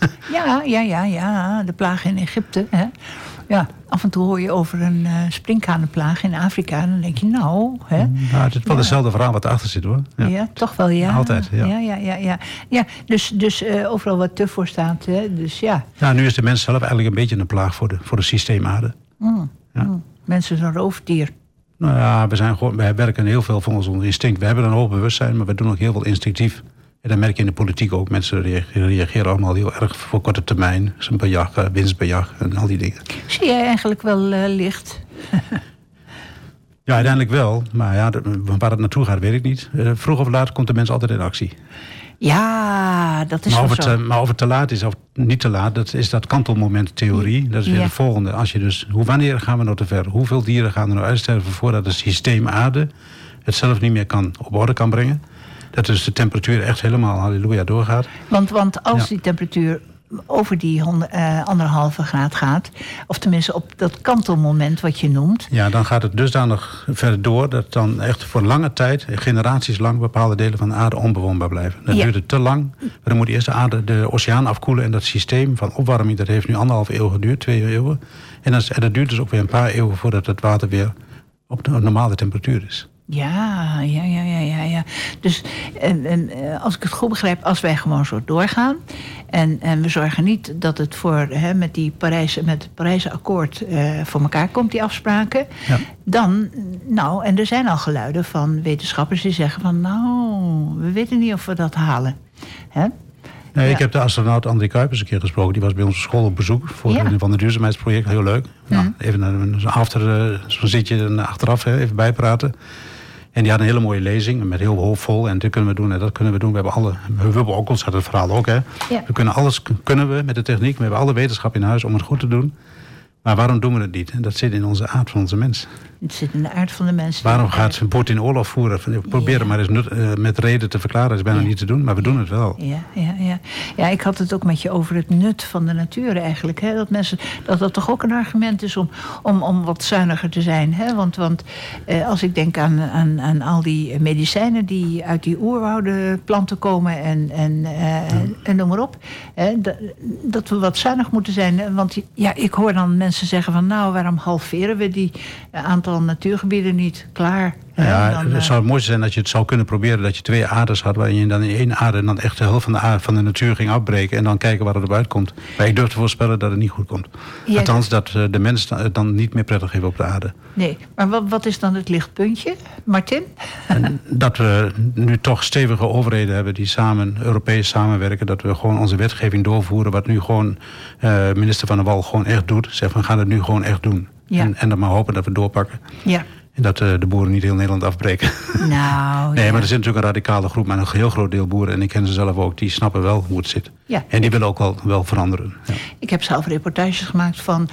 Ja. De plagen in Egypte, hè? Ja, af en toe hoor je over een sprinkhanenplaag in Afrika. En dan denk je, nou... Hè? Nou, het is wel dezelfde verhaal wat erachter zit, hoor. Ja, toch wel, ja. Altijd, ja. Ja, dus overal wat tuf voor staat, hè? Dus ja. Nou, nu is de mens zelf eigenlijk een beetje een plaag voor de systeemaarde. Mensen zijn een roofdier. Nou ja, wij werken heel veel volgens ons instinct. We hebben een hoog bewustzijn, maar we doen ook heel veel instinctief. En dan merk je in de politiek ook. Mensen reageren allemaal heel erg voor korte termijn. Bejag, winstbejag en al die dingen. Zie jij eigenlijk wel licht? Ja, uiteindelijk wel. Maar ja, waar het naartoe gaat, weet ik niet. Vroeg of laat komt de mens altijd in actie. Ja, dat is maar wel zo. Maar of het te laat is of niet te laat, dat is dat kantelmoment-theorie. Dat is weer de volgende. Als je dus, wanneer gaan we nou te ver? Hoeveel dieren gaan er nou uitsterven voordat het systeem aarde het zelf niet meer op orde kan brengen? Dat dus de temperatuur echt helemaal halleluja doorgaat. Want als die temperatuur over die 1,5 graad gaat, of tenminste op dat kantelmoment wat je noemt. Ja, dan gaat het dusdanig verder door dat dan echt voor lange tijd, generaties lang, bepaalde delen van de aarde onbewoonbaar blijven. Dat duurt het te lang. Maar dan moet eerst de oceaan afkoelen en dat systeem van opwarming, dat heeft nu 1,5 eeuw geduurd, 2 eeuwen. En dat duurt dus ook weer een paar eeuwen voordat het water weer op de normale temperatuur is. Ja. Dus als ik het goed begrijp, als wij gewoon zo doorgaan en we zorgen niet dat het met het Parijse akkoord voor elkaar komt, die afspraken, dan, en er zijn al geluiden van wetenschappers die zeggen van, we weten niet of we dat halen. Hè? Nee, ik heb de astronaut André Kuipers een keer gesproken. Die was bij onze school op bezoek voor een van de duurzaamheidsprojecten. Heel leuk. Nou, even zo'n zitje achteraf, even bijpraten. En die had een hele mooie lezing met heel hoopvol. En dit kunnen we doen en dat kunnen we doen. We hebben ook ons het verhaal ook. Hè. Ja. We kunnen alles met de techniek. We hebben alle wetenschap in huis om het goed te doen. Maar waarom doen we het niet? En dat zit in onze aard van onze mens. Het zit in de aard van de mens. Waarom gaat Poetin oorlog voeren? Probeer het maar eens met reden te verklaren. Dat is bijna niet te doen, maar we doen het wel. Ja, ik had het ook met je over het nut van de natuur eigenlijk. Hè? Dat toch ook een argument is om wat zuiniger te zijn. Hè? Want als ik denk aan al die medicijnen die uit die oerwouden planten komen en noem maar op. Dat we wat zuinig moeten zijn. Want ik hoor dan mensen zeggen van, waarom halveren we die aantal natuurgebieden niet? Klaar. Ja, het zou het mooiste zijn dat je het zou kunnen proberen dat je 2 aardes had, waarin je dan in 1 aarde dan echt de helft van de natuur ging afbreken en dan kijken waar het op uitkomt. Maar ik durf te voorspellen dat het niet goed komt. Ja, althans, dat de mens het dan niet meer prettig heeft op de aarde. Nee, maar wat is dan het lichtpuntje, Martin? En dat we nu toch stevige overheden hebben die Europees samenwerken, dat we gewoon onze wetgeving doorvoeren, wat nu gewoon minister Van der Wal gewoon echt doet. Zegt van, gaan het nu gewoon echt doen. Ja. En dan maar hopen dat we doorpakken. Ja. En dat de boeren niet heel Nederland afbreken. Nee, maar er zit natuurlijk een radicale groep, maar een heel groot deel boeren, en ik ken ze zelf ook, die snappen wel hoe het zit. Ja. En die willen ook wel veranderen. Ja. Ik heb zelf reportages gemaakt van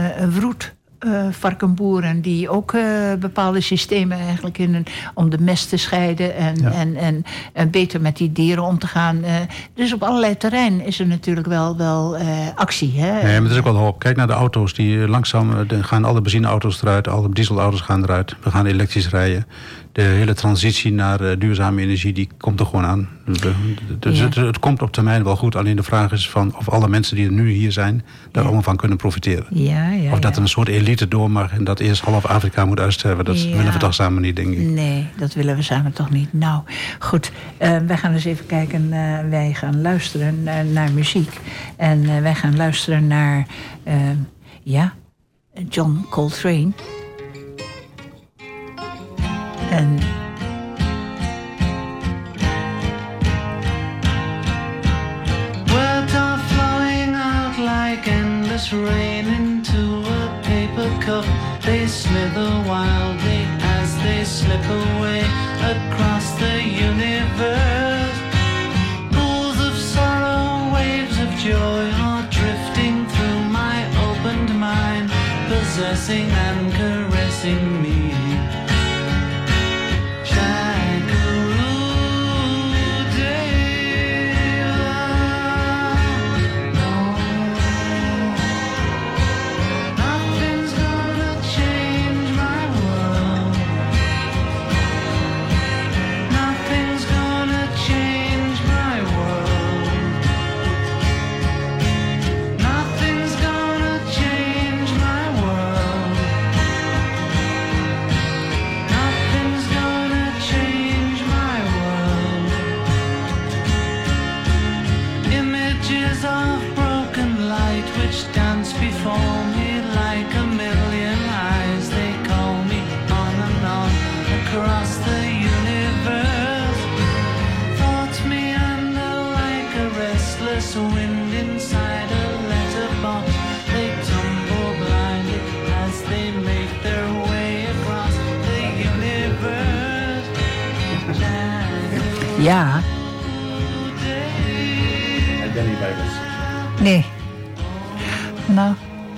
varkenboeren die ook bepaalde systemen eigenlijk om de mest te scheiden en beter met die dieren om te gaan. Dus op allerlei terreinen is er natuurlijk wel actie. Hè? Nee, maar het is ook wel hoop. Kijk naar de auto's die langzaam gaan, alle benzineauto's eruit, alle dieselauto's gaan eruit. We gaan elektrisch rijden. de hele transitie naar duurzame energie, die komt er gewoon aan. Dus het komt op termijn wel goed. Alleen de vraag is van of alle mensen die er nu hier zijn, daar allemaal van kunnen profiteren. Of dat er een soort elite door mag en dat eerst half Afrika moet uitsterven. Dat willen we toch samen niet, denk ik. Nee, dat willen we samen toch niet. Nou, goed. Wij gaan eens even kijken. Wij gaan luisteren naar muziek. En wij gaan luisteren naar John Coltrane. En words are flowing out like endless rain into a paper cup. They slither wildly as they slip away across the universe. Pools of sorrow, waves of joy are drifting through my opened mind, possessing and caressing me. Before me like a million eyes, they call me on and on across the universe. Thoughts meander like a restless wind inside a letterbox. They tumble blindly as they make their way across the universe. ja. En Danny Bijbels. Nee. Nou.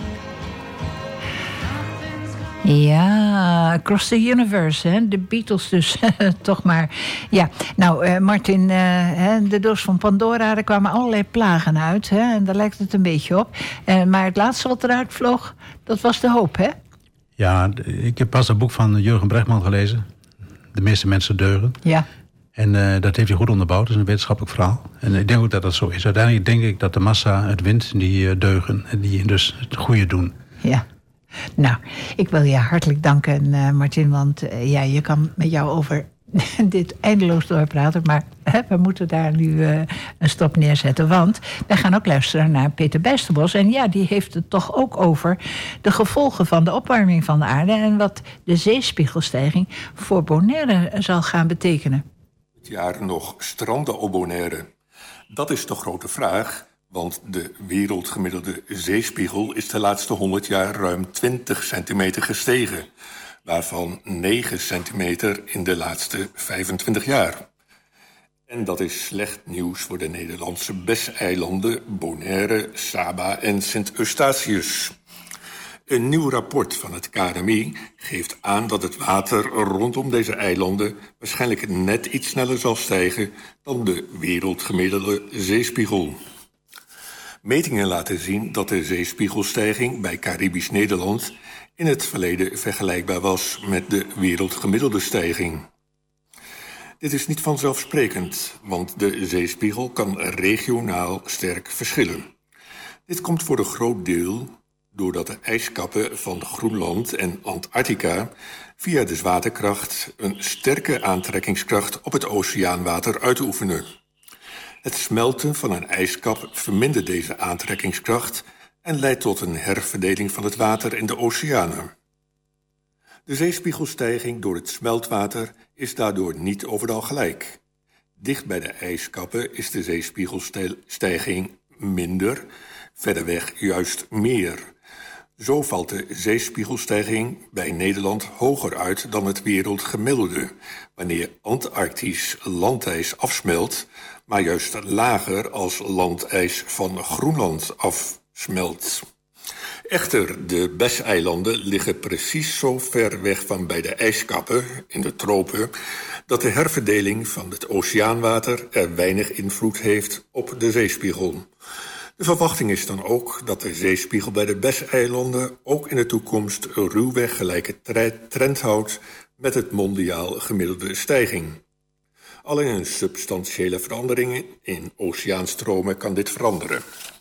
Ja, Across the Universe, hè? De Beatles dus, toch maar. Ja, nou Martin, de doos van Pandora, er kwamen allerlei plagen uit. Hè? En daar lijkt het een beetje op. Maar het laatste wat eruit vloog, dat was de hoop, hè? Ja, ik heb pas een boek van Jurgen Bregman gelezen. De meeste mensen deugen. Ja. En dat heeft hij goed onderbouwd, dat is een wetenschappelijk verhaal. En ik denk ook dat dat zo is. Uiteindelijk denk ik dat de massa het wint, die deugen. En die dus het goede doen. Ja. Nou, ik wil je hartelijk danken, Martin. Want je kan met jou over dit eindeloos doorpraten. Maar we moeten daar nu een stop neerzetten. Want wij gaan ook luisteren naar Peter Bijsterbos. En ja, die heeft het toch ook over de gevolgen van de opwarming van de aarde. En wat de zeespiegelstijging voor Bonaire zal gaan betekenen. Dit jaar nog stranden op Bonaire. Dat is de grote vraag. Want de wereldgemiddelde zeespiegel is de laatste 100 jaar ruim 20 centimeter gestegen. Waarvan 9 centimeter in de laatste 25 jaar. En dat is slecht nieuws voor de Nederlandse BES-eilanden Bonaire, Saba en Sint-Eustatius. Een nieuw rapport van het KNMI geeft aan dat het water rondom deze eilanden waarschijnlijk net iets sneller zal stijgen dan de wereldgemiddelde zeespiegel. Metingen laten zien dat de zeespiegelstijging bij Caribisch Nederland in het verleden vergelijkbaar was met de wereldgemiddelde stijging. Dit is niet vanzelfsprekend, want de zeespiegel kan regionaal sterk verschillen. Dit komt voor een groot deel doordat de ijskappen van Groenland en Antarctica via de zwaartekracht een sterke aantrekkingskracht op het oceaanwater uitoefenen. Het smelten van een ijskap vermindert deze aantrekkingskracht en leidt tot een herverdeling van het water in de oceanen. De zeespiegelstijging door het smeltwater is daardoor niet overal gelijk. Dicht bij de ijskappen is de zeespiegelstijging minder, verder weg juist meer. Zo valt de zeespiegelstijging bij Nederland hoger uit dan het wereldgemiddelde, wanneer Antarctisch landijs afsmelt, maar juist lager als landijs van Groenland afsmelt. Echter, de BES-eilanden liggen precies zo ver weg van bij de ijskappen in de tropen dat de herverdeling van het oceaanwater er weinig invloed heeft op de zeespiegel. De verwachting is dan ook dat de zeespiegel bij de BES-eilanden ook in de toekomst ruwweg gelijke trend houdt met het mondiaal gemiddelde stijging. Alleen een substantiële verandering in oceaanstromen kan dit veranderen.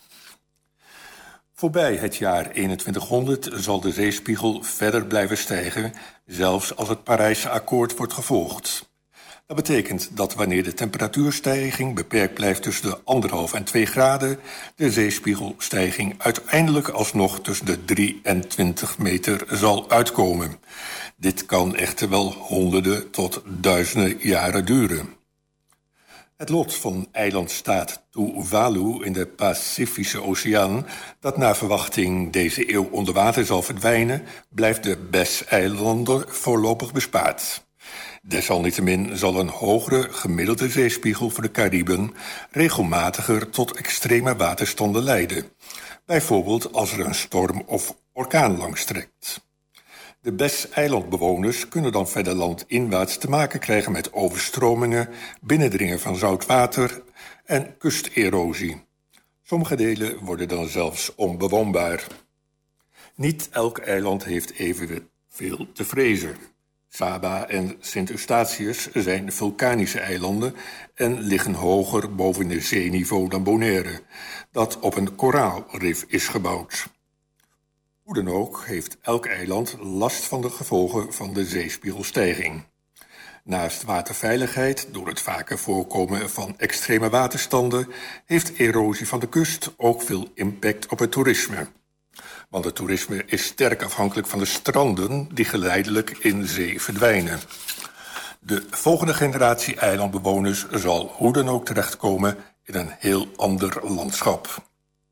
Voorbij het jaar 2100 zal de zeespiegel verder blijven stijgen, zelfs als het Parijse akkoord wordt gevolgd. Dat betekent dat wanneer de temperatuurstijging beperkt blijft tussen de 1,5 en 2 graden, de zeespiegelstijging uiteindelijk alsnog tussen de 3 en 20 meter zal uitkomen. Dit kan echter wel honderden tot duizenden jaren duren. Het lot van eilandstaat Tuvalu in de Pacifische Oceaan, dat naar verwachting deze eeuw onder water zal verdwijnen, blijft de BES-eilanden voorlopig bespaard. Desalniettemin zal een hogere gemiddelde zeespiegel voor de Cariben regelmatiger tot extreme waterstanden leiden. Bijvoorbeeld als er een storm of orkaan langs trekt. De BES-eilandbewoners kunnen dan verder landinwaarts te maken krijgen met overstromingen, binnendringen van zout water en kusterosie. Sommige delen worden dan zelfs onbewoonbaar. Niet elk eiland heeft evenveel te vrezen. Saba en Sint Eustatius zijn vulkanische eilanden en liggen hoger boven het zeeniveau dan Bonaire, dat op een koraalrif is gebouwd. Hoe dan ook heeft elk eiland last van de gevolgen van de zeespiegelstijging. Naast waterveiligheid, door het vaker voorkomen van extreme waterstanden, heeft erosie van de kust ook veel impact op het toerisme. Want het toerisme is sterk afhankelijk van de stranden die geleidelijk in zee verdwijnen. De volgende generatie eilandbewoners zal hoe dan ook terechtkomen in een heel ander landschap.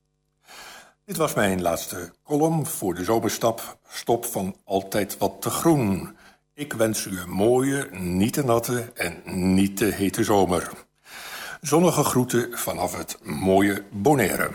Dit was mijn laatste column voor de zomerstop van Altijd Wat Te Groen. Ik wens u een mooie, niet te natte en niet te hete zomer. Zonnige groeten vanaf het mooie Bonaire.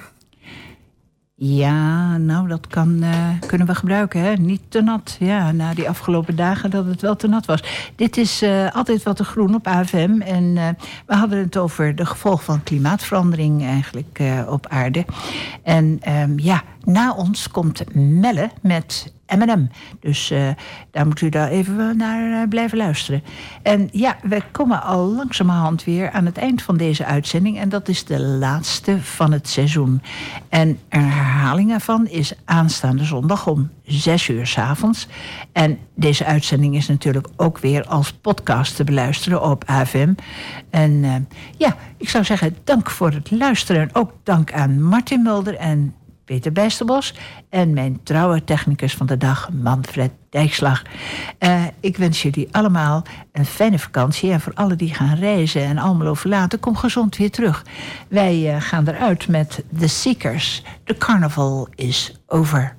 Ja, nou, dat kunnen we gebruiken, hè? Niet te nat. Ja, na die afgelopen dagen dat het wel te nat was. Dit is Altijd Wat Te Groen op AFM. En we hadden het over de gevolgen van klimaatverandering eigenlijk op aarde. En na ons komt Melle met M&M. Dus daar moet u daar even naar blijven luisteren. En ja, we komen al langzamerhand weer aan het eind van deze uitzending. En dat is de laatste van het seizoen. En een herhaling ervan is aanstaande zondag om 6:00 'avonds. En deze uitzending is natuurlijk ook weer als podcast te beluisteren op AFM. En ik zou zeggen dank voor het luisteren. En ook dank aan Martin Mulder en Peter Bijsterbos en mijn trouwe technicus van de dag, Manfred Dijkslag. Ik wens jullie allemaal een fijne vakantie. En voor alle die gaan reizen en Almelo verlaten, kom gezond weer terug. Wij gaan eruit met The Seekers. The Carnival is over.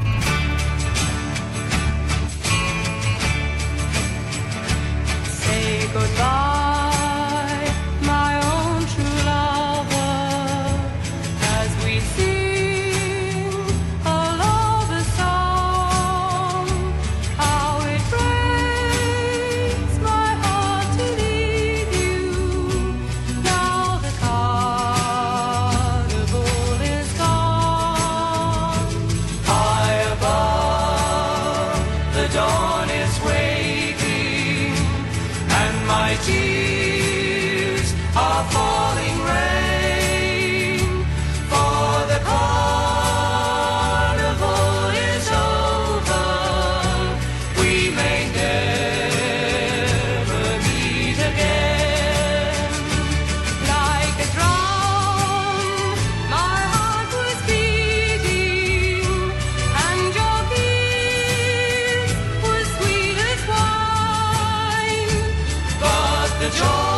Say goodbye, my own true lover, as we sing a love song. How it breaks my heart to leave you. Now the carnival is gone. High above, the dawn is waking, and my tears are falling rain. For the carnival is over, we may never meet again. Like a drum, my heart was beating, and your kiss was sweet as wine. But the joy